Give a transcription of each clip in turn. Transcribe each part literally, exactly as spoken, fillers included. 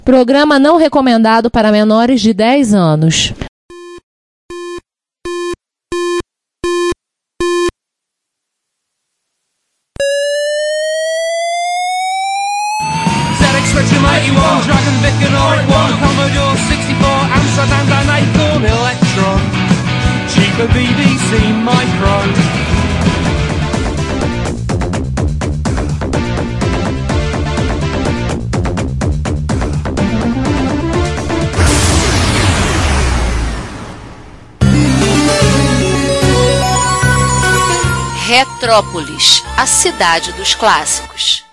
Programa não recomendado para menores de dez anos. eighty-one, Dragon Vic and Auric one, Commodore sixty-four, Amsterdam and Acorn Electron, cheaper B B C Micro. Retrópolis, a cidade dos clássicos.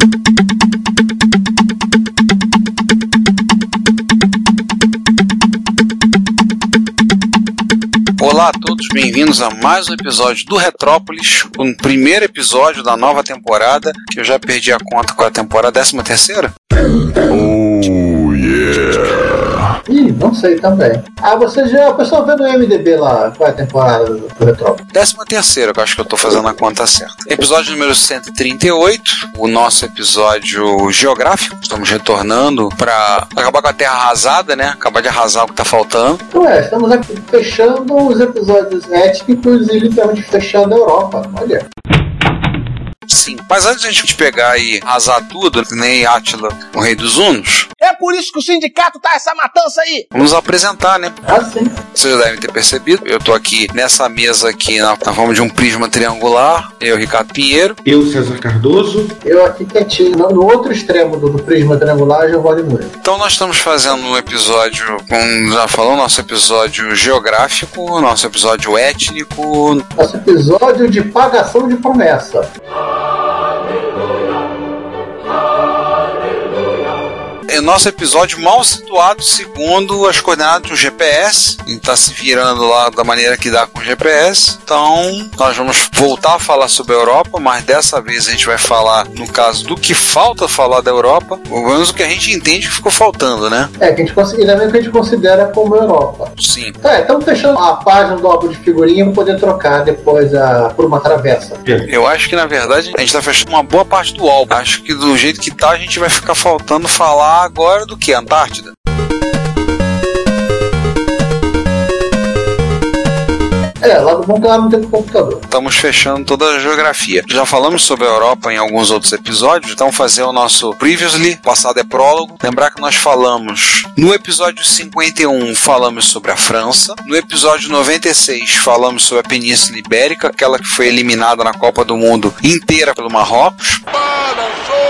Olá a todos, bem-vindos a mais um episódio do Retrópolis, o primeiro episódio da nova temporada, que eu já perdi a conta com a temporada décima terceira. Oh, yeah! Ih, não sei também. Ah, você já... O pessoal vê no M D B lá, qual é a temporada do Retrópolis? décima terceira, que eu acho que eu tô fazendo a conta certa. Episódio número cento e trinta e oito, o nosso episódio geográfico. Estamos retornando pra acabar com a Terra arrasada, né? Acabar de arrasar o que tá faltando. Então é, estamos aqui fechando os episódios étnicos e literalmente fechando a Europa, olha. Sim, mas antes de a gente pegar e arrasar tudo, nem Átila, o rei dos Hunos... É por isso que o sindicato tá essa matança aí! Vamos apresentar, né? Ah, sim. Vocês já devem ter percebido, eu tô aqui nessa mesa aqui na, na forma de um prisma triangular, eu, Ricardo Pinheiro. Eu, César Cardoso. Eu aqui quietinho, no, no outro extremo do, do prisma triangular, Giovanni Moura. Então nós estamos fazendo um episódio, como já falou, nosso episódio geográfico, nosso episódio étnico. Nosso episódio de pagação de promessa. É nosso episódio mal situado segundo as coordenadas do G P S. A gente tá se virando lá da maneira que dá com o G P S. Então, nós vamos voltar a falar sobre a Europa, mas dessa vez a gente vai falar, no caso, do que falta falar da Europa, ou menos o que a gente entende que ficou faltando, né? É, que a gente considera, que a gente considera como Europa. Sim. É, estamos fechando a página do álbum de figurinha para poder trocar depois a, por uma travessa. Eu acho que, na verdade, a gente tá fechando uma boa parte do álbum. Acho que do jeito que tá, a gente vai ficar faltando falar agora do que? Antártida? É, lá do bom que lá não tem computador. Estamos fechando toda a geografia. Já falamos sobre a Europa em alguns outros episódios, então fazer o nosso Previously, passado é prólogo. Lembrar que nós falamos no episódio cinquenta e um, falamos sobre a França. No episódio noventa e seis, falamos sobre a Península Ibérica, aquela que foi eliminada na Copa do Mundo inteira pelo Marrocos. Para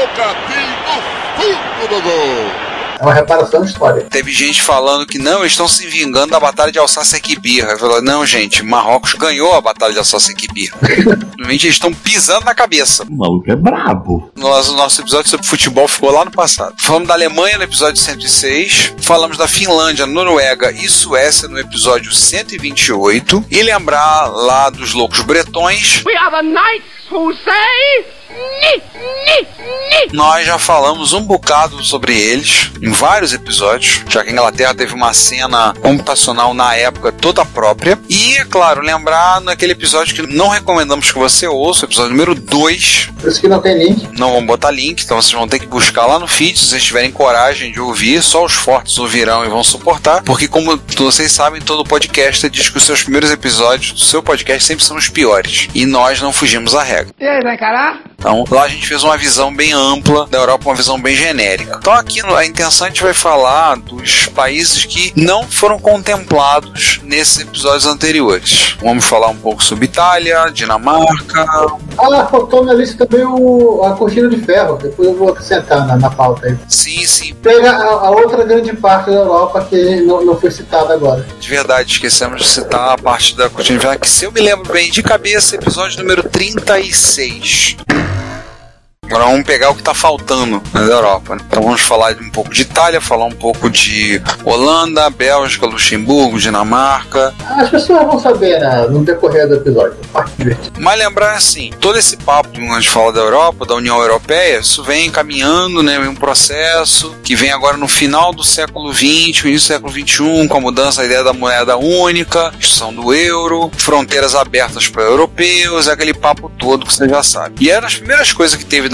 Jogatinho, tudo do gol! É uma reparação histórica. Teve gente falando que não, eles estão se vingando da Batalha de Alsácia-Quibir. Falou, não, gente, Marrocos ganhou a Batalha de Alsácia-Quibir. Realmente eles estão pisando na cabeça. O maluco é brabo. Nosso, nosso episódio sobre futebol ficou lá no passado. Falamos da Alemanha no episódio cento e seis. Falamos da Finlândia, Noruega e Suécia no episódio cento e vinte e oito. E lembrar lá dos loucos bretões. We are the knights who say... Ni, ni, ni. Nós já falamos um bocado sobre eles em vários episódios, já que a Inglaterra teve uma cena computacional na época toda própria. E, é claro, lembrar naquele episódio que não recomendamos que você ouça, o episódio número dois. Por isso que não tem link. Não vamos botar link, então vocês vão ter que buscar lá no feed, se vocês tiverem coragem de ouvir. Só os fortes ouvirão e vão suportar, porque como vocês sabem, todo podcast diz que os seus primeiros episódios do seu podcast sempre são os piores. E nós não fugimos à regra. E aí, vai encarar? Então, lá a gente fez uma visão bem ampla da Europa, uma visão bem genérica. Então, aqui a intenção a gente vai falar dos países que não foram contemplados nesses episódios anteriores. Vamos falar um pouco sobre Itália, Dinamarca. Ah, faltou na lista também o, a cortina de ferro. Depois eu vou acrescentar na, na pauta aí. Sim, sim. Pega a, a outra grande parte da Europa que não, não foi citada agora. De verdade, esquecemos de citar a parte da cortina de ferro, que se eu me lembro bem de cabeça, episódio número trinta e seis. Agora vamos pegar o que está faltando na Europa. Então vamos falar um pouco de Itália, falar um pouco de Holanda, Bélgica, Luxemburgo, Dinamarca. As pessoas vão saber, né, no decorrer do episódio. Mas lembrar assim, todo esse papo que a gente fala da Europa, da União Europeia, isso vem caminhando, né, um processo que vem agora no final do século vinte, no início do século vinte e um, com a mudança da ideia da moeda única, instituição do euro, fronteiras abertas para europeus, aquele papo todo que você já sabe. E era as primeiras coisas que teve na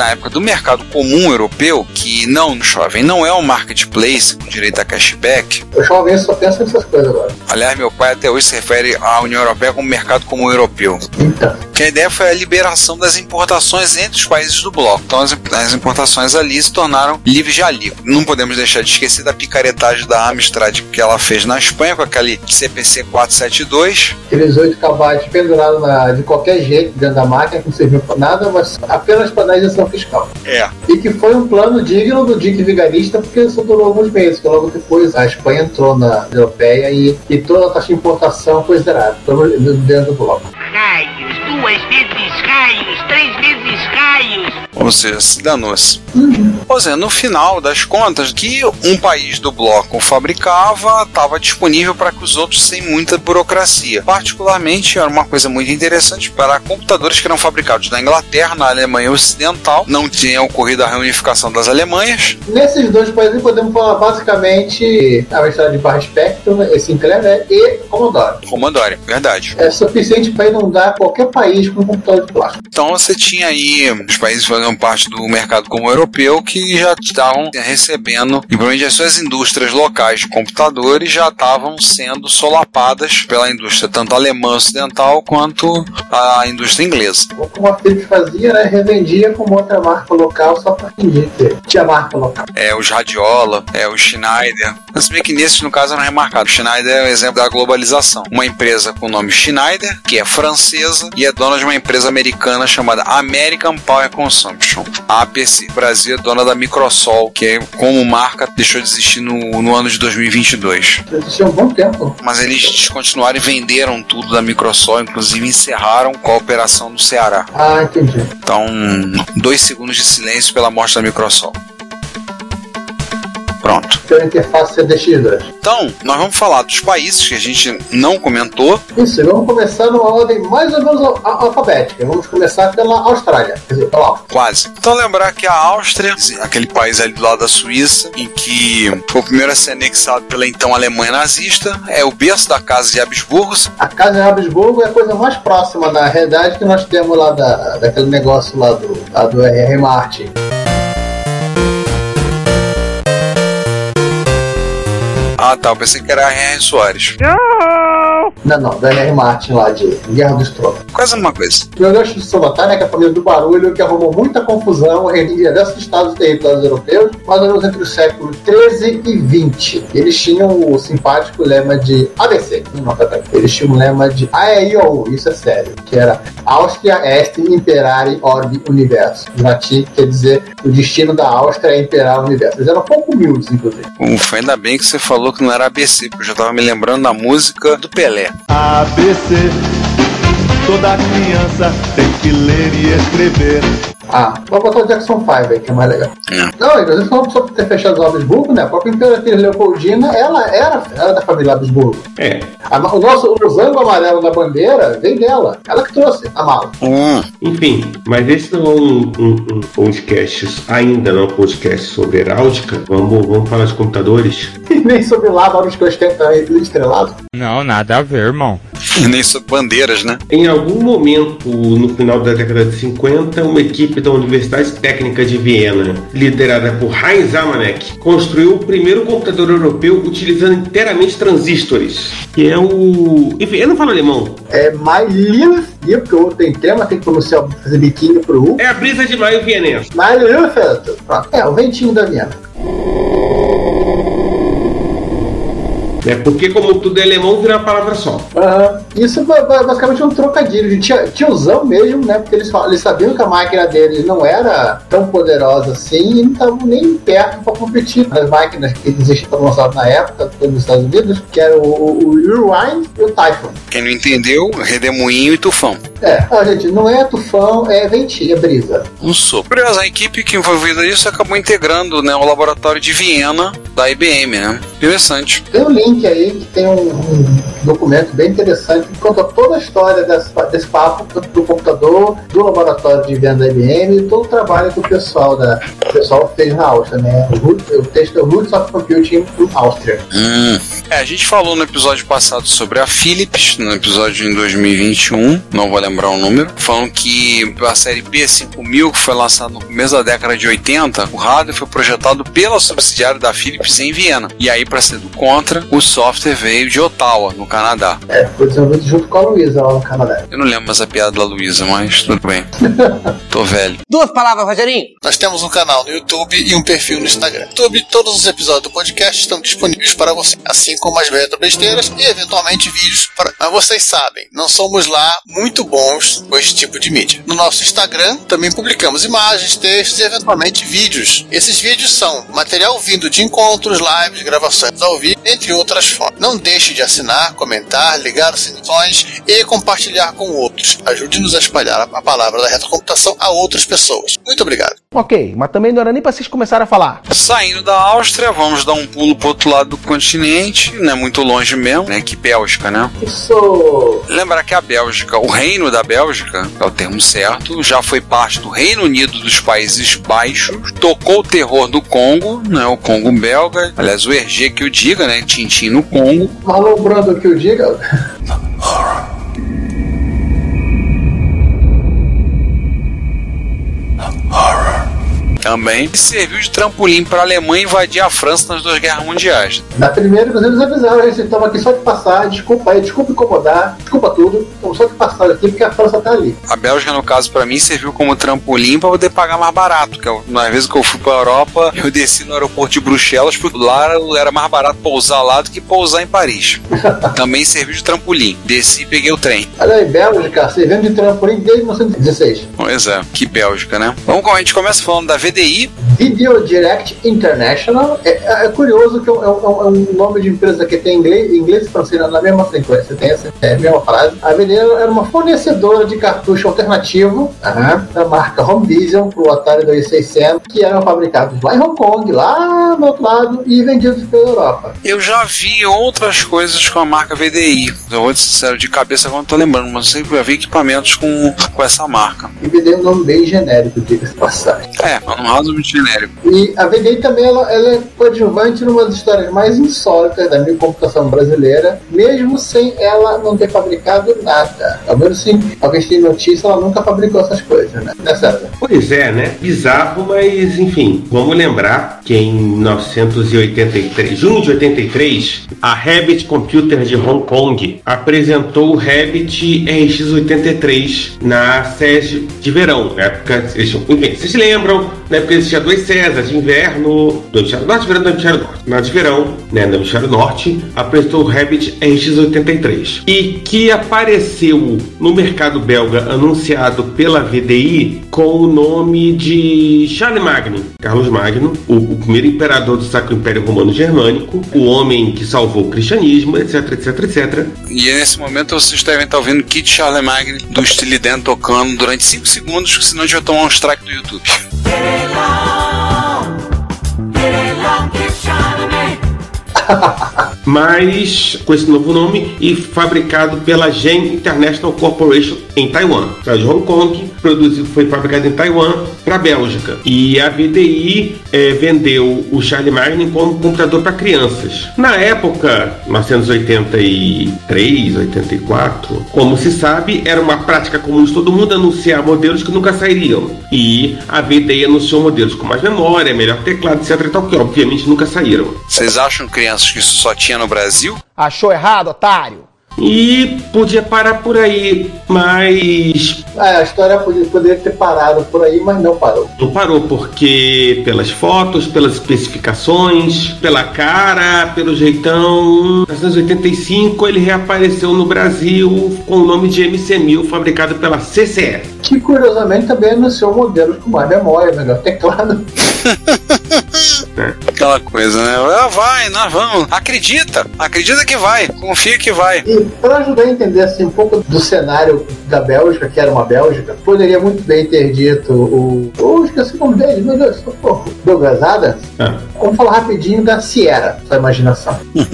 na época do mercado comum europeu, que não, jovem, não é um marketplace com direito a cashback. O jovem só pensa nessas coisas agora. Aliás, meu pai até hoje se refere à União Europeia como mercado comum europeu. Então. Que a ideia foi a liberação das importações entre os países do bloco. Então as, as importações ali se tornaram livres de alíquota. Não podemos deixar de esquecer da picaretagem da Amstrad que ela fez na Espanha com aquele C P C quatrocentos e setenta e dois. Aqueles oito kbytes pendurados na, de qualquer jeito dentro da máquina, que não serviu para nada, mas apenas para dar isenção fiscal. É. E que foi um plano digno do Dick Vigarista, porque só durou alguns meses, que logo depois a Espanha entrou na Europeia e, e toda a taxa de importação foi zerada, dentro do bloco. Raios, duas vezes raios, três vezes raios. Ou seja, se danou-se. Uhum. Ou seja, no final das contas, que um país do bloco fabricava estava disponível para que os outros sem muita burocracia. Particularmente, era uma coisa muito interessante para computadores que eram fabricados na Inglaterra, na Alemanha Ocidental. Não tinha ocorrido a reunificação das Alemanhas. Nesses dois países podemos falar basicamente a Amstrad de barra Spectrum, Sinclair, né, e Commodore. Commodore, verdade. É suficiente para inundar qualquer país com um computador de plástico. Então você tinha aí os países que faziam parte do mercado comum europeu que já estavam recebendo, e provavelmente as suas indústrias locais de computadores já estavam sendo solapadas pela indústria tanto alemã ocidental quanto a indústria inglesa. Como a Philips fazia, né, revendia como outra marca local só para fingir que tinha marca local. É, os Radiola, é, o Schneider. Mas se bem que nesses, no caso, eram remarcados. O Schneider é um exemplo da globalização. Uma empresa com o nome Schneider, que é francesa e é dona de uma empresa americana chamada American Power Consumption, a A P C. O Brasil é dona da Microsol, que é, como marca deixou de existir no, no ano de dois mil e vinte e dois. Existiu há um bom tempo. Mas eles descontinuaram e venderam tudo da Microsol, inclusive encerraram com a operação no Ceará. Ah, entendi. Então, dois segundos de silêncio pela morte da Microsol. Pronto. Pela interface C D X dois. Então, nós vamos falar dos países que a gente não comentou. Isso, vamos começar numa ordem mais ou menos al- alfabética. Vamos começar pela Austrália. Quer dizer, pela Áustria. Quase. Então, lembrar que a Áustria, aquele país ali do lado da Suíça, em que foi o primeiro a ser anexado pela então Alemanha nazista, é o berço da Casa de Habsburgos. A Casa de Habsburgo é a coisa mais próxima, na realidade, que nós temos lá da, daquele negócio lá do, lá do R R. Martin. Ah, tá. Eu pensei que era a R R. Soares. Não, não, da R R. Martin lá de Guerra dos Tronos. Quase a mesma coisa. O negócio de Sobotar, né, que é a família do barulho, que arrumou muita confusão em diversos estados e territórios europeus, mais ou menos entre os séculos treze e vinte. Eles tinham o simpático lema de A B C. Não, tá, tá. Eles tinham o lema de A E I O U, isso é sério, que era Austria est imperare orbi universo. Em latim, quer dizer, o destino da Áustria é imperar o universo. Eles eram pouco humildes, inclusive. Ufa, ainda bem que você falou que não era A B C, porque eu já tava me lembrando da música do Pelé. A B C, toda criança tem que ler e escrever. Ah, vou botar o Jackson cinco aí, que é mais legal. É. Não, inclusive falando sobre ter fechado os Habsburgo, né? A própria Imperatriz Leopoldina, ela era, era da família Habsburgo. É. A, o nosso losango amarelo da bandeira vem dela. Ela que trouxe a mala. Hum. Enfim, mas esse não é um, um, um podcast, ainda não é um podcast sobre heráldica. Vamos, vamos falar de computadores. E nem sobre lá, vários que ostentam estrelado. Não, nada a ver, irmão. E nem sobre bandeiras, né? Em algum momento, no final da década de cinquenta, uma equipe da Universidade Técnica de Viena, liderada por Heinz Zamanek, construiu o primeiro computador europeu utilizando inteiramente transistores, que é o... Enfim, eu não falo alemão. É My Little, porque o outro tem tema, tem que pronunciar, fazer biquinho pro U. É a brisa de maio vienense. My Little, pronto. É, o ventinho da Viena. É porque, como tudo é alemão, vira uma palavra só. Uhum. Isso é basicamente um trocadilho de tia, tiozão mesmo, né? Porque eles, eles sabiam que a máquina deles não era tão poderosa assim e não estavam nem perto para competir nas máquinas que existiam lançadas na época nos Estados Unidos, que era o, o, o Whirlwind e o Typhoon. Quem não entendeu, redemoinho e tufão. É, ah, gente, não é tufão, é ventinho, é brisa. Um sopro. Curioso, a equipe que envolvida nisso acabou integrando, né, o laboratório de Viena da I B M, né? Interessante. Tem um link aí que tem um, um documento bem interessante que conta toda a história desse, desse papo do computador, do laboratório de Viena da I B M e todo o trabalho que o pessoal, da, o pessoal fez na Áustria, né? O, o texto é o Roots of Computing in Austria. Hum. É, a gente falou no episódio passado sobre a Philips, no episódio em dois mil e vinte e um, não vou lembrar o número, falando que a série P cinco mil, que foi lançada no começo da década de oitenta, o hardware foi projetado pela subsidiária da Philips em Viena. E aí, para ser do contra, o software veio de Ottawa, no Canadá. É, foi desenvolvido junto com a Luísa lá no Canadá. Eu não lembro mais a piada da Luísa, mas tudo bem. Tô velho. Duas palavras, Rogerinho. Nós temos um canal no YouTube e um perfil no Instagram. No YouTube, todos os episódios do podcast estão disponíveis para você, assim como as retro-besteiras e, eventualmente, vídeos para... Mas vocês sabem, não somos lá muito bons com esse tipo de mídia. No nosso Instagram, também publicamos imagens, textos e, eventualmente, vídeos. Esses vídeos são material vindo de encontros, lives, gravações ao vivo, entre outras formas. Não deixe de assinar, comentar, ligar os sininhos e compartilhar com outros. Ajude-nos a espalhar a palavra da retrocomputação a outras pessoas. Muito obrigado. Ok, mas também não era nem pra vocês começarem a falar. Saindo da Áustria, vamos dar um pulo pro outro lado do continente, não é muito longe mesmo, né? Que Bélgica, né? Isso! Lembrar que a Bélgica, o reino da Bélgica, é o termo certo, já foi parte do Reino Unido dos Países Baixos, tocou o terror do Congo, né? O Congo belga, aliás, o Hergé que o diga, né? Tintin no Congo. Marlon Brando que o diga. Também serviu de trampolim para a Alemanha invadir a França nas duas guerras mundiais. Na primeira, inclusive, eles avisaram: eles estão aqui só de passar, desculpa aí, desculpa incomodar, desculpa tudo, estamos só de passar aqui porque a França tá ali. A Bélgica, no caso, para mim, serviu como trampolim para poder pagar mais barato, porque eu, nas vezes que eu fui para a Europa, eu desci no aeroporto de Bruxelas, porque lá era mais barato pousar lá do que pousar em Paris. Também serviu de trampolim. Desci e peguei o trem. Olha aí, Bélgica, servindo de trampolim desde mil novecentos e dezesseis. Pois é, que Bélgica, né? Vamos, a gente começa falando da V D I. Video Direct International. É, é curioso que é um, é, um, é um nome de empresa que tem inglês, inglês e francês na mesma frequência, tem essa é, mesma frase. A V D I era uma fornecedora de cartucho alternativo uh-huh, da marca Home Vision para o Atari dois mil e seiscentos, que eram fabricados lá em Hong Kong, lá no outro lado, e vendidos pela Europa. Eu já vi outras coisas com a marca V D I. Eu vou ser sincero, de cabeça agora não tô lembrando, mas eu sempre já vi equipamentos com, com essa marca. E V D I é um nome bem genérico, diga-se passagem. É, é um razoavelmente genérico. E a V D I também ela, ela é coadjuvante numa das histórias mais insólitas da microcomputação brasileira, mesmo sem ela não ter fabricado nada. Ao menos sim, alguém tem notícia, ela nunca fabricou essas coisas, né? Não é certo? Pois é, né? Bizarro, mas enfim, vamos lembrar que em mil novecentos e oitenta e três, junho de oitenta e três, a Rabbit Computer de Hong Kong apresentou o Rabbit R X oitenta e três na SESI de verão, na época, enfim, vocês lembram, na época existia dois César de inverno, do hemisfério norte, verão do hemisfério norte. Na de verão, né, no hemisfério norte, apresentou o Rabbit R X oitenta e três. E que apareceu no mercado belga, anunciado pela V D I, com o nome de Charles Magno. Carlos Magno, o, o primeiro imperador do Sacro Império Romano Germânico, o homem que salvou o cristianismo, etc, etc, etcétera. E nesse momento vocês devem estar ouvindo Kit Charles Magno do Steely Dan tocando durante cinco segundos, senão a gente vai tomar um strike do YouTube. Mas com esse novo nome e fabricado pela Gen International Corporation em Taiwan. De Hong Kong, produzido, foi fabricado em Taiwan para a Bélgica. E a V D I é, vendeu o Charlie Magno como computador para crianças. Na época, mil novecentos e oitenta e três, oitenta e quatro, como se sabe, era uma prática comum de todo mundo anunciar modelos que nunca sairiam. E a V D I anunciou modelos com mais memória, melhor teclado, etc e tal, que obviamente nunca saíram. Vocês acham, crianças, que isso só tinha no Brasil? Achou errado, otário? E podia parar por aí, mas... É, a história podia, poderia ter parado por aí, mas não parou. Não parou, porque pelas fotos, pelas especificações, pela cara, pelo jeitão... Em mil novecentos e oitenta e cinco ele reapareceu no Brasil com o nome de M C mil, fabricado pela C C E. Que curiosamente também anunciou modelos com mais memória, melhor teclado. É. Aquela coisa, né? Ah, vai, nós vamos. Acredita, acredita que vai, confia que vai. E para ajudar a entender assim, um pouco do cenário da Bélgica, que era uma Bélgica, poderia muito bem ter dito o. Oh, esqueci o nome dele, meu Deus, socorro. Douglas Adams. Ah. Vamos falar rapidinho da Sierra, sua imaginação.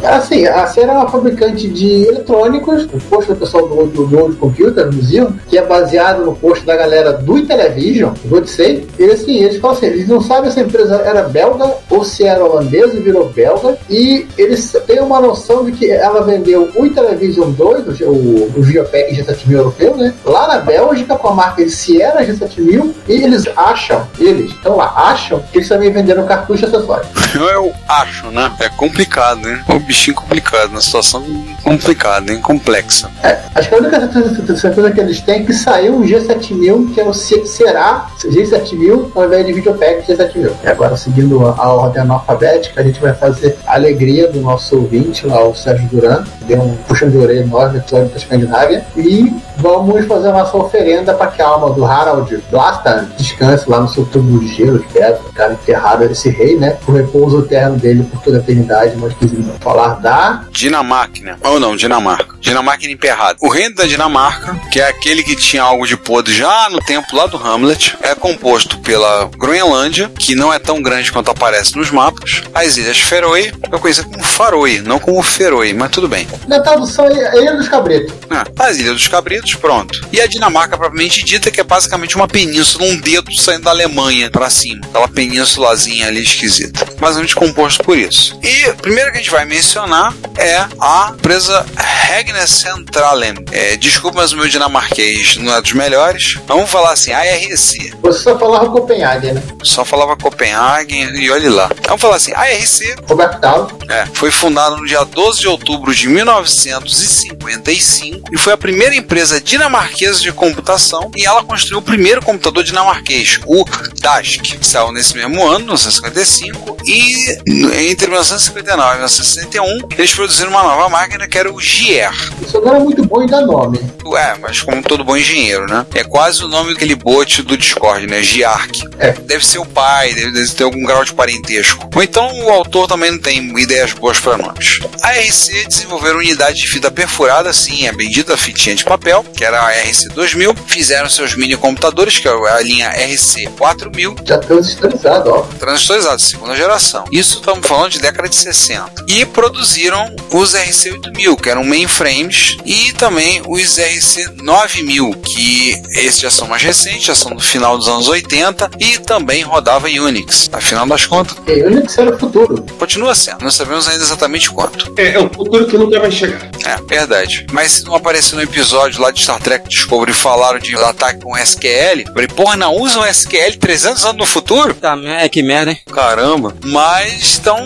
Assim, a Acer era uma fabricante de eletrônicos, o posto do pessoal do, do, do Old Computer, no Museu, que é baseado no posto da galera do Intellivision, do Odyssey. E assim, eles falam assim, eles não sabem se a empresa era belga ou se era holandesa e virou belga, e eles têm uma noção de que ela vendeu o Intellivision dois, o, o, o Geopec G sete mil europeu, né, lá na Bélgica com a marca de Sierra G sete mil, e eles acham, eles estão lá, acham que eles também venderam cartucho e acessório. Eu acho, né? É complicado, né? É um bichinho complicado, uma situação complicada, hein? Complexa. É, acho que a única certeza que eles têm é que saiu um G sete mil, que é o C- será G sete mil ao invés de Videopack G sete mil. E agora, seguindo a, a ordem analfabética, a gente vai fazer a alegria do nosso ouvinte, lá, o Sérgio Duran, que deu um puxão de orelha enorme no episódio da Escandinávia, e vamos fazer a nossa oferenda para que a alma do Harald Blastan descanse lá no seu túmulo de gelo, de pedra, o cara enterrado, esse rei, né, o repouso eterno dele por toda a eternidade. Nós quisermos falar da Dinamarca, né? Ou não, Dinamarca. Dinamarca emperrada. O reino da Dinamarca, que é aquele que tinha algo de podre já no tempo lá do Hamlet, é composto pela Groenlândia, que não é tão grande quanto aparece nos mapas, as Ilhas Feroe, eu conheço como Faroe, não como Feroe, mas tudo bem. Na tradução é Ilha dos Cabritos. Ah, as Ilhas dos Cabritos, pronto. E a Dinamarca, propriamente dita, que é basicamente uma península, um dedo saindo da Alemanha pra cima. Aquela penínsulazinha ali esquisita. Basicamente composto por isso. E a primeira que a gente vai mencionar é a empresa Regner Centralen. É, desculpa, mas o meu dinamarquês não é dos melhores. Vamos falar assim, A R C. Você só falava Copenhague, né? Só falava Copenhague e olhe lá. Vamos falar assim, A R C Roberto Tal. É, foi fundada no dia doze de outubro de mil novecentos e cinquenta e cinco e foi a primeira empresa dinamarquesa de computação, e ela construiu o primeiro computador dinamarquês, o Dask, que saiu nesse mesmo ano, mil novecentos e cinquenta e cinco, e entre mil novecentos e cinquenta e nove e mil novecentos e sessenta e um eles produziram uma nova máquina que era o G R. Isso não era muito bom em dar nome. É, mas como todo bom engenheiro, né? É quase o nome daquele bot do Discord, né? Giarc. É. Deve ser o pai, deve, deve ter algum grau de parentesco. Ou então o autor também não tem ideias boas para nomes. A R C desenvolveram unidade de fita perfurada, sim, a bendita fitinha de papel, que era a R C dois mil. Fizeram seus mini computadores, que é a linha R C quatro mil. Já transistorizado, ó. Transistorizado, segunda geração. Isso estamos falando de década de sessenta. E produziram os R C oito mil, que eram mainframes, e também os R C nove mil, que esses já são mais recentes, já são do final dos anos oitenta, e também rodava Unix. Afinal das contas, E Unix era o futuro. continua sendo, não sabemos ainda exatamente quanto. É, é um futuro que nunca vai chegar. É, verdade. Mas se não apareceu no episódio lá de Star Trek Discovery e falaram de ataque com S Q L, eu falei, porra, não usam S Q L trezentos anos no futuro? Tá, é que merda, hein? Caramba. Mas, então,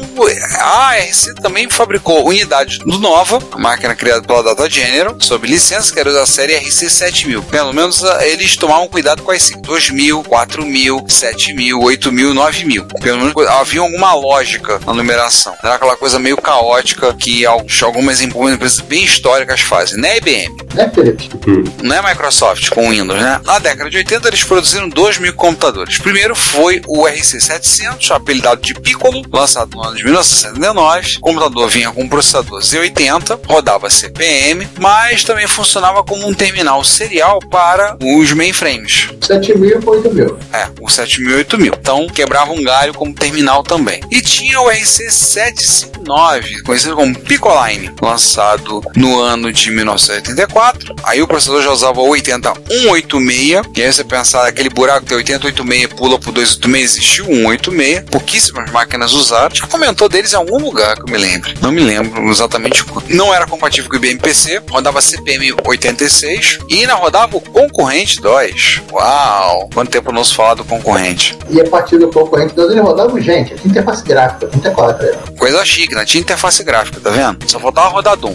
a R C também fabricou unidades do Nova, a máquina criada pela Data General, sob licença, que era da série R C sete mil. Pelo menos eles tomavam cuidado com as dois mil, quatro mil, sete mil, oito mil, nove mil. Pelo menos havia alguma lógica na numeração. Não era aquela coisa meio caótica que algumas empresas bem históricas fazem. Não é I B M. Né, Felipe? Não é Microsoft com Windows, né? Na década de oitenta eles produziram dois mil computadores. Primeiro foi o R C setecentos, apelidado de Piccolo, lançado no ano de mil novecentos e setenta e nove. O computador vinha com um processador Z oitenta, rodava C P M, mas também funcionava como um terminal serial para os mainframes. sete mil por oito mil. É, o sete mil e oito mil. Então quebrava um galho como terminal também. E tinha o R C setecentos e cinquenta e nove, conhecido como Piccoline, lançado no ano de mil novecentos e oitenta e quatro. Aí o processador já usava o oitenta cento e oitenta e seis, e aí você pensar aquele buraco que é oitenta e oito seis pula pro duzentos e oitenta e seis, existiu o cento e oitenta e seis, pouquíssimas máquinas usaram. Já comentou deles em algum lugar que eu me lembro. Não me lembro exatamente quando. Não era compatível com o I B M P C, rodava C P M oitenta e seis e ainda rodava o concorrente DOS. Uau! Quanto tempo não se fala do concorrente? E a partir do concorrente DOS ele rodava, gente, tinha interface gráfica, trinta e quatro. Coisa chique, né? Tinha interface gráfica, tá vendo? Só faltava rodar Doom.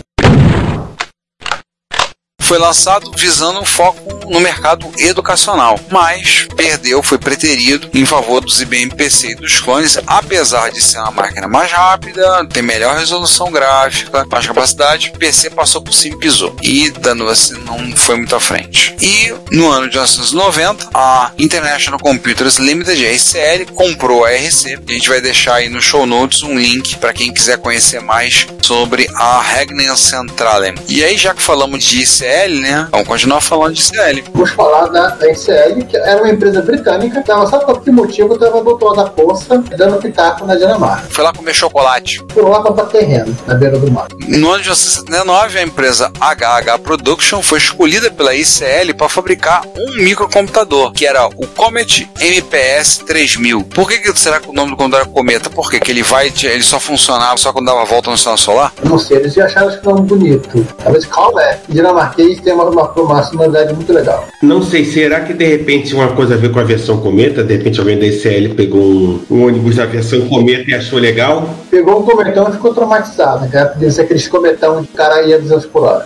Foi lançado visando um foco no mercado educacional, mas perdeu, foi preterido em favor dos I B M P C e dos clones, apesar de ser uma máquina mais rápida, ter melhor resolução gráfica, mais capacidade. O P C passou por cima e pisou, e danou-se, não foi muito à frente. E no ano de mil novecentos e noventa, a International Computers Limited, a I C L, comprou a R C. A gente vai deixar aí no show notes um link para quem quiser conhecer mais sobre a Regner Centralen. E aí, já que falamos de I C L, L, né? Vamos continuar falando de I C L. Vamos falar da, da I C L, que era uma empresa britânica, estava, sabe por que motivo? Estava do outro lado da poça, dando pitaco na Dinamarca. Foi lá comer chocolate. Por lá comprar terreno, na beira do mar. No ano de mil novecentos e setenta e nove, a empresa H H Production foi escolhida pela I C L para fabricar um microcomputador, que era o Comet M P S três mil. Por que, que será que o nome do computador era Cometa? Por quê? Que ele vai, ele só funcionava só quando dava volta no sistema solar? Não sei, eles acharam esse nome bonito. Talvez Comet, dinamarquês, tem uma, uma, uma sonoridade muito legal. Não sei, será que de repente tinha uma coisa a ver com a versão Cometa? De repente alguém da I C L pegou um, um ônibus da versão Cometa e achou legal? Pegou um cometão e ficou traumatizado, né? Devia ser aqueles cometão de cara ia duzentos por hora.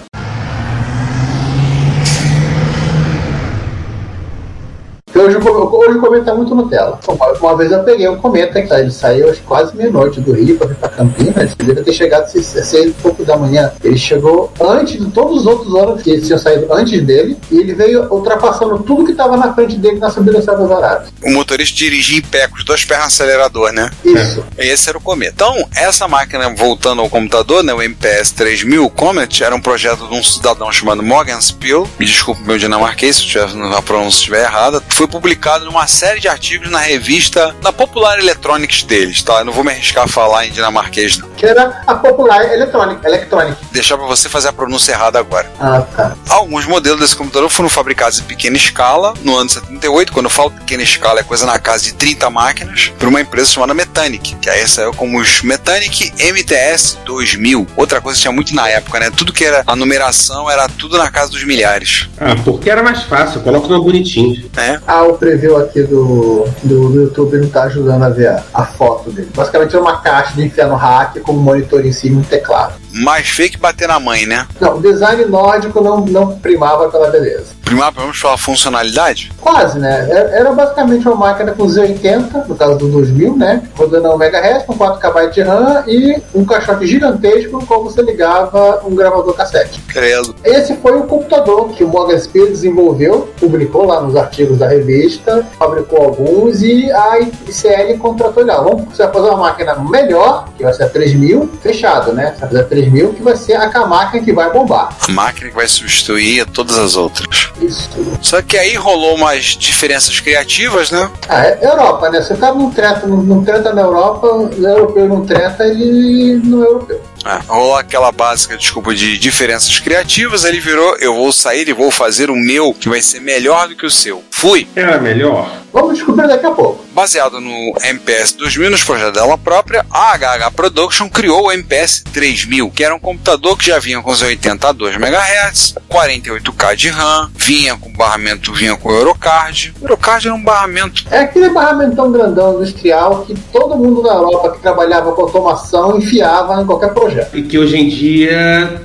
Hoje, hoje o cometa tá muito Nutella. Uma vez eu peguei um cometa, que ele saiu às quase meia-noite do Rio para vir para Campinas. Ele deve ter chegado às seis e pouco da manhã. Ele chegou antes de todos os outros ônibus que tinham saído antes dele, e ele veio ultrapassando tudo que estava na frente dele na subida das Araras. O motorista dirigia em pé com os dois pés no acelerador, né? Isso. Esse era o cometa. Então, essa máquina, voltando ao computador, né, o M P S três mil, o Comet, era um projeto de um cidadão chamado Morgan Spill. Me desculpe meu dinamarquês se a pronúncia estiver errada. Foi publicado numa série de artigos na revista, na Popular Electronics deles, tá? Eu não vou me arriscar a falar em dinamarquês, não. Que era a Popular Electronic, Electronic. Deixar pra você fazer a pronúncia errada agora. Ah, tá. Alguns modelos desse computador foram fabricados em pequena escala, no ano de setenta e oito, quando eu falo pequena escala, é coisa na casa de trinta máquinas, por uma empresa chamada Metanic, que aí saiu como os Metanic M T S dois mil. Outra coisa que tinha muito na época, né? Tudo que era a numeração era tudo na casa dos milhares. Ah, porque era mais fácil, coloca no bonitinho. É. Ah, o preview aqui do, do, do YouTube não tá ajudando a ver a, a foto dele. Basicamente é uma caixa de enfiar no hack com um monitor em cima e um teclado. Mais feio que bater na mãe, né? Não, o design nórdico não, não primava pela beleza. Primava, pelo menos, pela funcionalidade? Quase, né? Era basicamente uma máquina com Z oitenta, no caso do dois mil, né? Rodando um megahertz com quatro kilobytes de RAM e um caixote gigantesco com você ligava um gravador cassete. Credo. Esse foi o computador que o Morgan Spill desenvolveu, publicou lá nos artigos da revista, fabricou alguns e a I C L contratou ele. Vamos você vai fazer uma máquina melhor, que vai ser a três mil, fechado, né? Você vai fazer a três mil, que vai ser a máquina que vai bombar. A máquina que vai substituir todas as outras. Isso. Só que aí rolou umas diferenças criativas, né? Ah, é Europa, né? Se o cara não treta, não, não treta na Europa, o europeu não treta, ele não é europeu. É, rolou aquela básica desculpa de diferenças criativas, ele virou, eu vou sair e vou fazer o meu, que vai ser melhor do que o seu. Fui. Era melhor? Vamos descobrir daqui a pouco. Baseado no M P S dois mil, nos projetos dela própria, a H H Production criou o M P S três mil, que era um computador que já vinha com Z oitenta a dois megahertz, quarenta e oito K de RAM, vinha com barramento, vinha com Eurocard. O Eurocard era um barramento... É aquele barramentão grandão industrial que todo mundo na Europa que trabalhava com automação enfiava em qualquer projeto. E que hoje em dia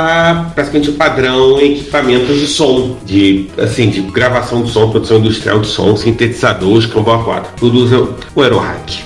tá praticamente o padrão em equipamentos de som, de, assim, de gravação de som, produção industrial de som, sintetizadores, cambau quatro. Tudo usa o Eurohack.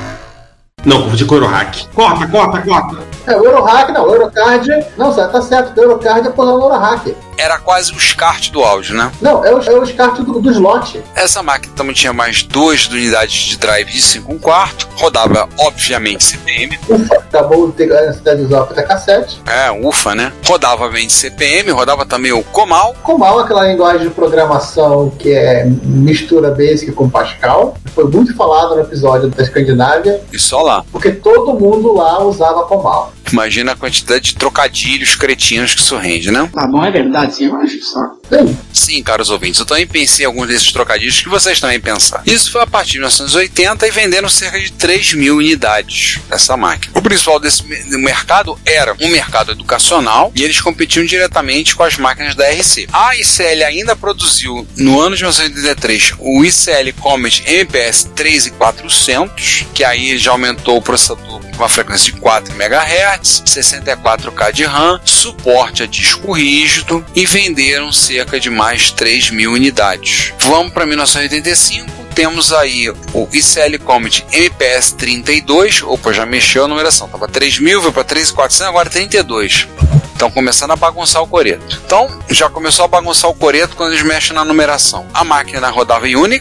Não, de Eurohack. Corta, corta, corta. É, o Eurohack não, o Eurocard. Não, tá certo, o Eurocard é por o Eurohack. Era quase o SCART do áudio, né? Não, é o, é o SCART do, do slot. Essa máquina também tinha mais duas unidades de drive de cinco e um quarto, rodava, obviamente, C P M. Ufa, acabou de ter a necessidade de usar a fita cassete. É, ufa, né? Rodava, obviamente, C P M, rodava também o Comal. Comal é aquela linguagem de programação que é mistura Basic com Pascal. Foi muito falado no episódio da Escandinávia. E só lá. Porque todo mundo lá usava Comal. Imagina a quantidade de trocadilhos cretinos que isso rende, né? Tá bom, é verdade, sim, eu acho só. Sim. Sim, caros ouvintes, eu também pensei em alguns desses trocadilhos que vocês também pensaram. Isso foi a partir de mil novecentos e oitenta e vendendo cerca de três mil unidades dessa máquina. O principal desse mercado era um mercado educacional e eles competiam diretamente com as máquinas da R C. A I C L ainda produziu, no ano de mil novecentos e oitenta e três, o I C L Comet M P S três mil e quatrocentos, que aí já aumentou o processador com uma frequência de quatro megahertz, sessenta e quatro K de RAM, suporte a disco rígido e venderam cerca de mais três mil unidades. Vamos para mil novecentos e oitenta e cinco, temos aí o I C L Comet M P S trinta e dois, opa, já mexeu a numeração, estava três mil, veio para três mil e quatrocentos, agora trinta e dois. Estão começando a bagunçar o coreto. Então, já começou a bagunçar o coreto quando eles mexem na numeração. A máquina rodava em Unix, o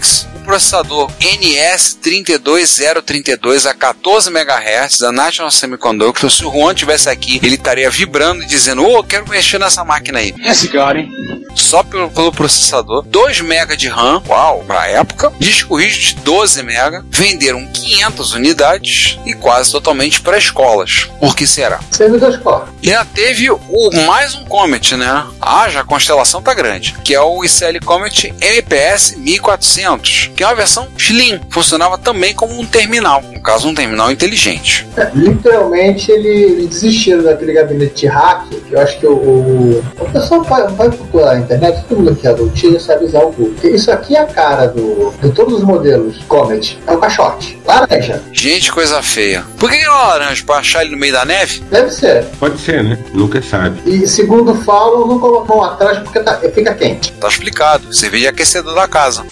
processador N S três dois zero três dois a quatorze megahertz da National Semiconductor. Se o Juan tivesse aqui, ele estaria vibrando e dizendo: ô, oh, quero mexer nessa máquina aí. Esse cara, hein? Só pelo, pelo processador. dois megabytes de RAM, uau, pra época. Disco rígido de doze megabytes. Venderam quinhentas unidades e quase totalmente para escolas. Por que será? Sendo da escola. E ainda teve o, mais um Comet, né? Ah, já a constelação tá grande. Que é o I C L Comet M P S mil e quatrocentos, que é uma versão slim. Funcionava também como um terminal. No caso, um terminal inteligente. É, literalmente, ele, ele desistiu daquele gabinete de hack, que eu acho que o, o, o pessoal vai, vai procurar na internet, todo mundo que é adultinho sabe usar o Google. Isso aqui é a cara do, de todos os modelos Comet. É o caixote. Laranja. Gente, coisa feia. Por que ele é laranja? Pra achar ele no meio da neve? Deve ser. Pode ser, né? Nunca sabe. E segundo falam, não colocam atrás porque tá, fica quente. Tá explicado. Servia de aquecedor da casa.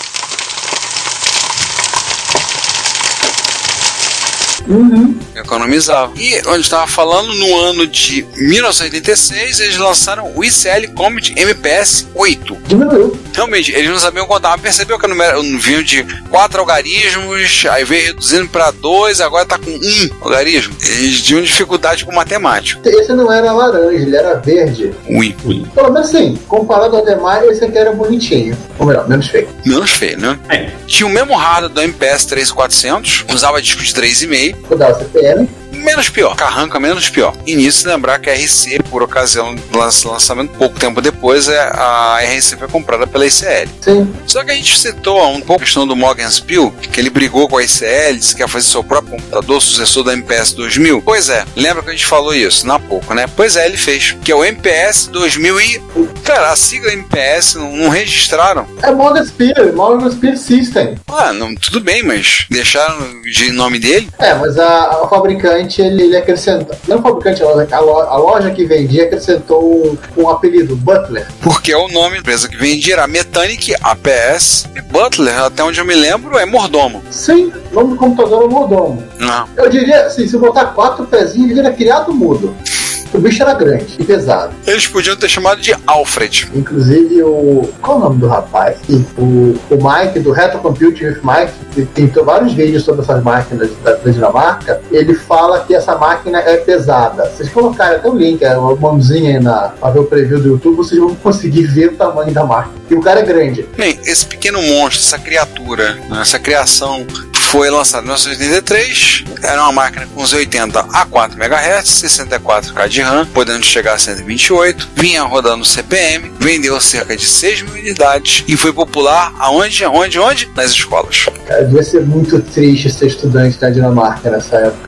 Uhum. Economizava. E onde estava falando, no ano de mil novecentos e oitenta e seis, eles lançaram o I C L Comet M P S oito. Diminuiu. Realmente, eles não sabiam contar, mas percebeu que o número vinha de quatro algarismos, aí veio reduzindo para dois, agora tá com um algarismo. Eles tinham dificuldade com matemática. Esse não era laranja, ele era verde. Ui. Ui. Pelo menos sim, comparado ao demais, esse aqui era bonitinho. Ou melhor, menos feio. Menos feio, né? É. Tinha o mesmo hardware do M P S três mil e quatrocentos, usava disco de três vírgula cinco. Rodava C P M. Menos pior, carranca menos pior. E nisso lembrar que a R C, por ocasião do lançamento, pouco tempo depois, a R C foi comprada pela I C L. Sim. Só que a gente citou um pouco a questão do Morgan Spiel, que ele brigou com a I C L, disse que ia fazer seu próprio computador, sucessor da M P S dois mil. Pois é, lembra que a gente falou isso, na pouco, né? Pois é, ele fez, que é o M P S dois mil e... Cara, a sigla M P S não, não registraram. É Morgan Spiel, Morgan Spiel System. Ah, não, tudo bem, mas deixaram de nome dele? É, mas a, a fabricante, ele, ele acrescentou, não o fabricante, a loja, a loja que vendia acrescentou um, um apelido, Butler. Porque é o nome da empresa que vendia, era Mechanic A P S, e Butler, até onde eu me lembro, é mordomo. Sim, o nome do computador é mordomo. Não. Eu diria, assim, se botar quatro pezinhos, ele era criado mudo. O bicho era grande e pesado. Eles podiam ter chamado de Alfred. Inclusive o... Qual é o nome do rapaz? O, o Mike, do Retro Computing with Mike, que tentou vários vídeos sobre essas máquinas da, da Dinamarca. Ele fala que essa máquina é pesada. Vocês colocarem até o link, uma mãozinha aí na, pra ver o preview do YouTube, vocês vão conseguir ver o tamanho da máquina. E o cara é grande. Bem, esse pequeno monstro, essa criatura, essa criação... Foi lançado em mil novecentos e oitenta e três, era uma máquina com Z oitenta a quatro megahertz, sessenta e quatro K de RAM, podendo chegar a cento e vinte e oito, vinha rodando C P M, vendeu cerca de seis mil unidades e foi popular aonde, aonde, onde? Nas escolas. Cara, devia ser muito triste ser estudante da Dinamarca nessa época.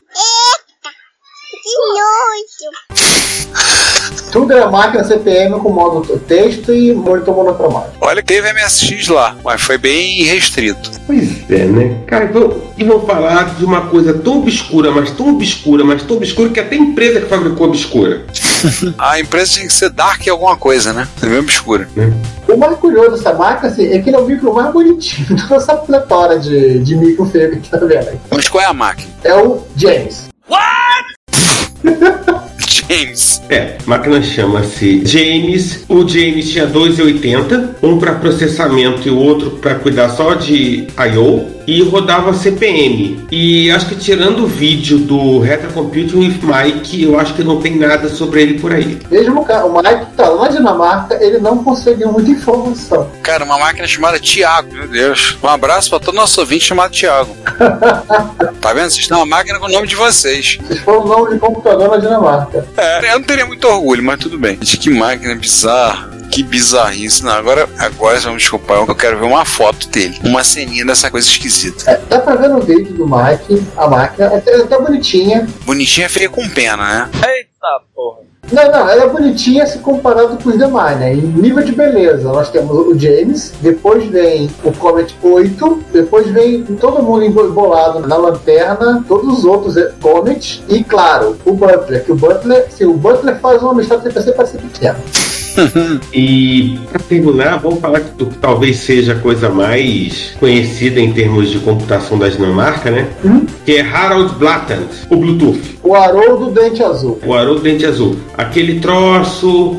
Que nojo! Tudo era máquina C P M com modo texto e monitor monocromático. Olha que teve M S X lá, mas foi bem restrito. Pois é, né? Cara, e vão falar de uma coisa tão obscura, mas tão obscura, mas tão obscura que até a empresa que fabricou obscura. A empresa tinha que ser Dark alguma coisa, né? É bem obscura. É. O mais curioso dessa máquina assim, é que ele é o micro mais bonitinho de toda essa pletora de, de micro feio que tá vendo aí. Mas qual é a máquina? É o James. What? James. É, a máquina chama-se James. O James tinha dois mil e oitenta, um para processamento e o outro para cuidar só de I O, e rodava C P M. E acho que tirando o vídeo do Retro Computing with Mike, eu acho que não tem nada sobre ele por aí. Mesmo o Mike tá lá na Dinamarca, ele não conseguiu muita informação. Cara, uma máquina chamada Thiago, meu Deus. Um abraço para todo nosso ouvinte chamado Thiago. Tá vendo? Vocês têm uma máquina com o nome de vocês. Vocês foram o nome de computador na Dinamarca. É, eu não teria muito orgulho, mas tudo bem. Gente, que máquina bizarra. Que bizarrice. Não, agora, agora vamos desculpar, eu quero ver uma foto dele. Uma ceninha dessa coisa esquisita. É, dá pra ver no vídeo do Mike, a máquina é até, até bonitinha. Bonitinha feia com pena, né? Eita porra. Não, não, ela é bonitinha se comparado com os demais, né? Em nível de beleza, nós temos o James, depois vem o Comet oito, depois vem todo mundo embolado na lanterna, todos os outros Comets, e claro, o Butler, que o Butler, se o Butler faz uma mistura de C P C para ser pequeno. E para terminar, vamos falar do que talvez seja a coisa mais conhecida em termos de computação da Dinamarca, né? Hum? Que é Harald Blattand, o Bluetooth. O Haroldo Dente Azul. O Haroldo Dente Azul. Aquele troço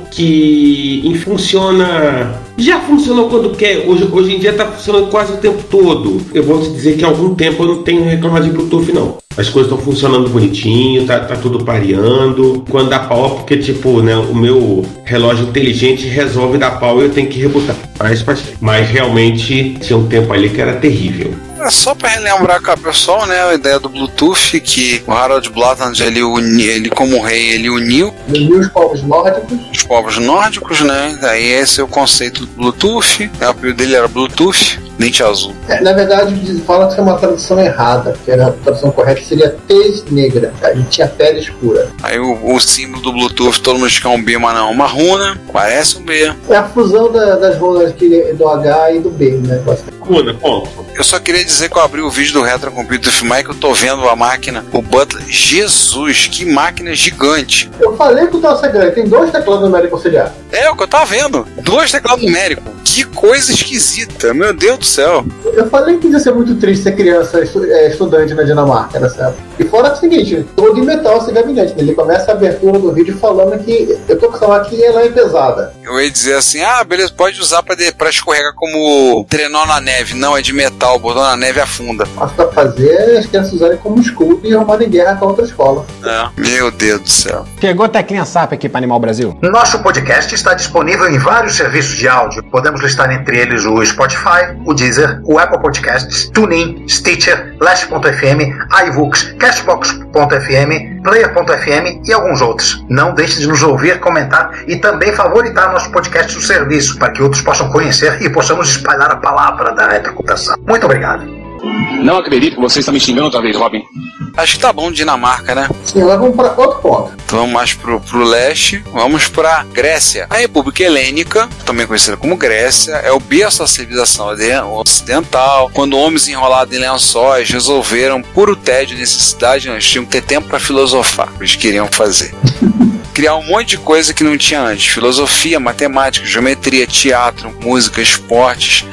que funciona... Já funcionou quando quer. Hoje, hoje em dia tá funcionando quase o tempo todo. Eu vou te dizer que há algum tempo eu não tenho reclamado de Bluetooth, não. As coisas estão funcionando bonitinho, tá, tá tudo pareando. Quando dá pau, porque tipo, né, o meu relógio inteligente resolve dar pau e eu tenho que rebutar. Mas, mas realmente tinha um tempo ali que era terrível. É só para relembrar com o pessoal, né, a ideia do Bluetooth, que o Harold Blatland, ele, uni, ele como rei, ele uniu uniu os povos nórdicos. Os povos nórdicos, né? Daí esse é o conceito do Bluetooth. O apelido dele era Bluetooth, Dente Azul. É, na verdade, fala que é uma tradução errada, que a tradução correta seria tez negra. Ele tinha pele escura. Aí o, o símbolo do Bluetooth, todo mundo diz que é um B, mas não, uma runa, parece um B. É a fusão da, das runas do H e do B, né? Runa, ponto. Eu só queria dizer que eu abri o vídeo do Retro Computer filmar e que eu tô vendo a máquina, o Butler. Jesus, que máquina gigante. Eu falei que o troço é grande, tem dois teclados numéricos auxiliar. É, o que eu tava vendo. Dois teclados numéricos. Que coisa esquisita, meu Deus do céu. Eu falei que ia ser muito triste ser criança estu- é, estudante na Dinamarca, né, certo? E fora o seguinte, todo em metal esse gabinete, né? Ele começa a abertura do vídeo falando que eu tô com essa máquina ela é pesada. Eu ia dizer assim, ah, beleza, pode usar pra, de, pra escorregar como trenó na neve. Não, é de metal, botou na neve afunda. Mas pra fazer, as crianças usarem como escudo e arrumarem guerra com outra escola. É, meu Deus do céu. Chegou Teclinha S A P aqui para Animal Brasil. Nosso podcast está disponível em vários serviços de áudio. Podemos listar entre eles o Spotify, o Deezer, o Apple Podcasts, TuneIn, Stitcher, Last ponto F M, iVoox, Castbox ponto F M, Player ponto F M e alguns outros. Não deixe de nos ouvir, comentar e também favoritar nosso podcast no serviço para que outros possam conhecer e possamos espalhar a palavra da retrocomputação. Muito obrigado. Não acredito que você está me xingando outra vez, Robin. Acho que tá bom Dinamarca, né? Sim, lá vamos para outro ponto. Então vamos mais pro, pro leste, vamos pra Grécia. A República Helênica, também conhecida como Grécia, é o berço da civilização ocidental. Quando homens enrolados em lençóis resolveram, puro tédio e necessidade, eles tinham que ter tempo para filosofar. Eles queriam fazer. Criar um monte de coisa que não tinha antes. Filosofia, matemática, geometria, teatro, música, esportes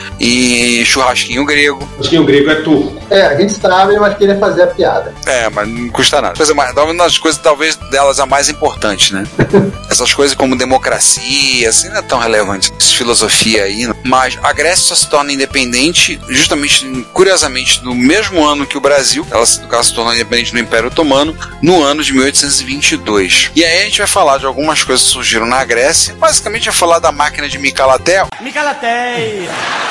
e churrasquinho grego. Churrasquinho grego é turco. É, a gente sabe, mas queria fazer a piada. É, mas não custa nada. Coisa mais, uma das coisas, talvez, delas a mais importante, né? Essas coisas como democracia, assim, não é tão relevante. Filosofia aí. Não. Mas a Grécia só se torna independente, justamente, curiosamente, no mesmo ano que o Brasil. Ela, no caso, se tornou independente do Império Otomano, no ano de mil oitocentos e vinte e dois. E aí a gente vai falar de algumas coisas que surgiram na Grécia. Basicamente, vai falar da máquina de Mikalaté. Mikalaté!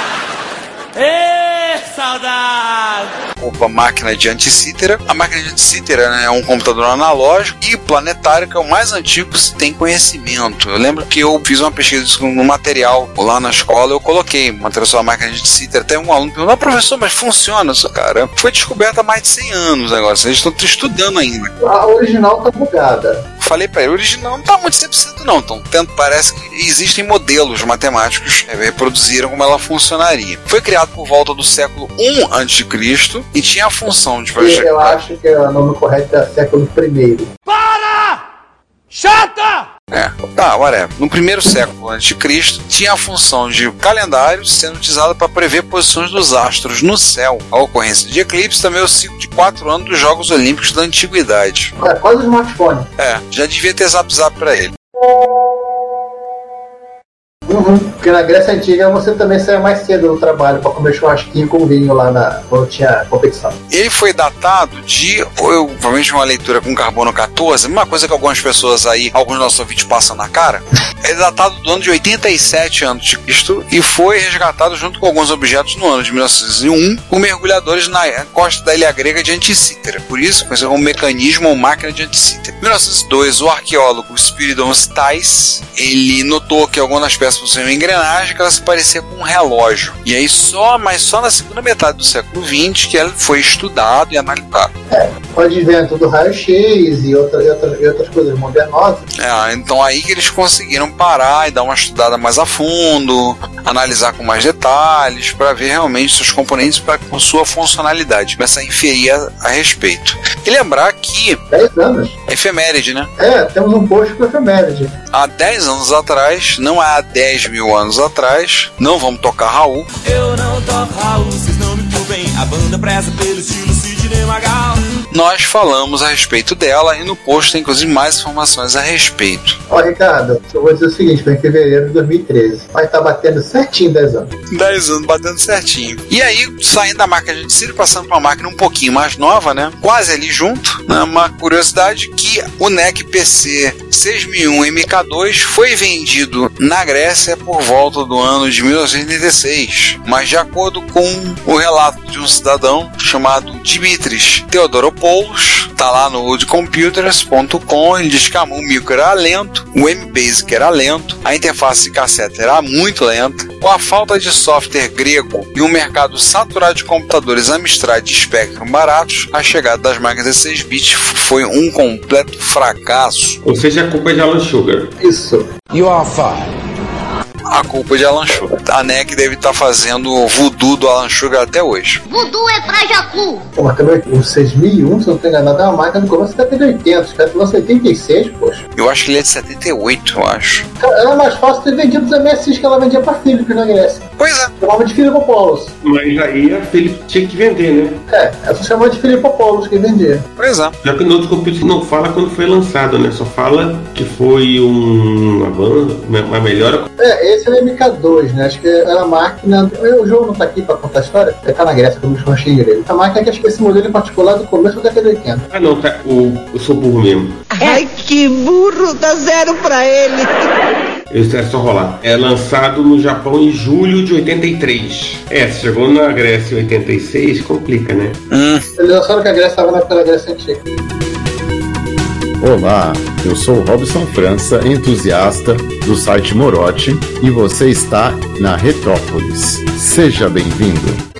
Ê, saudade! Opa, máquina de Anticítera. A máquina de Anticítera, né, é um computador analógico e planetário que é o mais antigo que se tem conhecimento. Eu lembro que eu fiz uma pesquisa no material lá na escola, eu coloquei material sobre a máquina de Anticítera. Até um aluno perguntou, ah, professor, mas funciona? Isso, cara, foi descoberta há mais de cem anos o negócio. Eles estão estudando ainda. A original tá bugada. Falei pra ele, o original não tá muito cem por cento não. Então, tanto parece que existem modelos matemáticos que reproduziram como ela funcionaria. Foi criado por volta do século um antes de Cristo e tinha a função de... E eu acho que o nome correto é século primeiro. Para! Chata! É, tá, whatever. No primeiro século antes de Cristo, tinha a função de calendário sendo utilizado para prever posições dos astros no céu. A ocorrência de eclipse também é o ciclo de quatro anos dos Jogos Olímpicos da Antiguidade. É, quase um smartphone. É, já devia ter zap zap pra ele. Uhum, porque na Grécia Antiga você também saia mais cedo do trabalho para comer churrasquinho com vinho lá na, quando tinha competição. Ele foi datado de, eu, provavelmente uma leitura com carbono quatorze, uma coisa que algumas pessoas aí, alguns nossos ouvintes passam na cara. Ele é datado do ano de oitenta e sete antes de Cristo e foi resgatado junto com alguns objetos no ano de mil novecentos e um por mergulhadores na costa da ilha grega de Anticítera. Por isso, conhecido como mecanismo ou máquina de Anticítera. Em mil novecentos e dois, o arqueólogo Spiridon Stais, ele notou que algumas das peças possuíam uma engrenagem que ela se parecia com um relógio. E aí só, mas só na segunda metade do século vinte que ela foi estudado e analisado. É, o advento do raio-x e, outra, e, outra, e outras coisas modernosas. É, então aí que eles conseguiram parar e dar uma estudada mais a fundo, analisar com mais detalhes, para ver realmente seus componentes pra, com sua funcionalidade. Começar a inferir a, a respeito. E lembrar que... dez anos. Efeméride, né? É, temos um post com efeméride. Há dez anos atrás, não há dez mil anos atrás, não vamos tocar Raul. Eu não toco Raul, vocês não me culpem. A banda preza pelo estilo Sidney Magal. nós falamos a respeito dela e no post tem inclusive mais informações a respeito. Ó, Ricardo, eu vou dizer o seguinte, foi em fevereiro de dois mil e treze. Vai estar batendo certinho dez anos. dez anos batendo certinho. E aí, saindo da máquina de Sírio, passando para uma máquina um pouquinho mais nova, né? Quase ali junto, né? Uma curiosidade que o N E C P C seis mil e um M K dois foi vendido na Grécia por volta do ano de mil novecentos e oitenta e seis. Mas de acordo com o relato de um cidadão chamado Dimitris Theodoropoulos, tá lá no world computers ponto com, ele diz que a Mumiko era lento, o M-Basic era lento, a interface de cassete era muito lenta, com a falta de software grego e um mercado saturado de computadores Amstrad e Spectrum baratos, a chegada das máquinas dezesseis bits foi um completo fracasso. Ou seja, a culpa é de Alan Sugar. Isso. You are fired. A culpa é de Alan Sugar. A N E C deve estar fazendo o voodoo do Alan Sugar até hoje. Voodoo é pra Jacu. Pô, mas também o seis mil e um, se eu não estou enganado, é uma máquina do começo da década de oitenta. Os caras lançaram oitenta e seis, poxa. Eu acho que ele é de setenta e oito, eu acho. Era mais fácil ter vendido os M S X que ela vendia pra Philips na Grécia. Pois é. Chamava de Filipopoulos. Mas aí a Philips tinha que vender, né? É, essa chamava de Filipopoulos que vendia. Pois é. Já que no outro computador não fala quando foi lançado, né? Só fala que foi um, uma, uma melhora. É, esse é o M K dois, né? Acho que era a máquina. O jogo não tá aqui pra contar a história, ele tá na Grécia, como eu achei grego. A máquina que acho que esse modelo em particular do começo da década de oitenta. Ah, não, tá. O, eu sou burro mesmo. Ai, que burro, dá zero pra ele. Isso é só rolar. É lançado no Japão em julho de oitenta e três. É, se chegou na Grécia em oitenta e seis, complica, né? Hum. Eles lançaram que a Grécia estava na época da Grécia Antiga. Olá, eu sou o Robson França, entusiasta do site Morote, e você está na Retrópolis. Seja bem-vindo.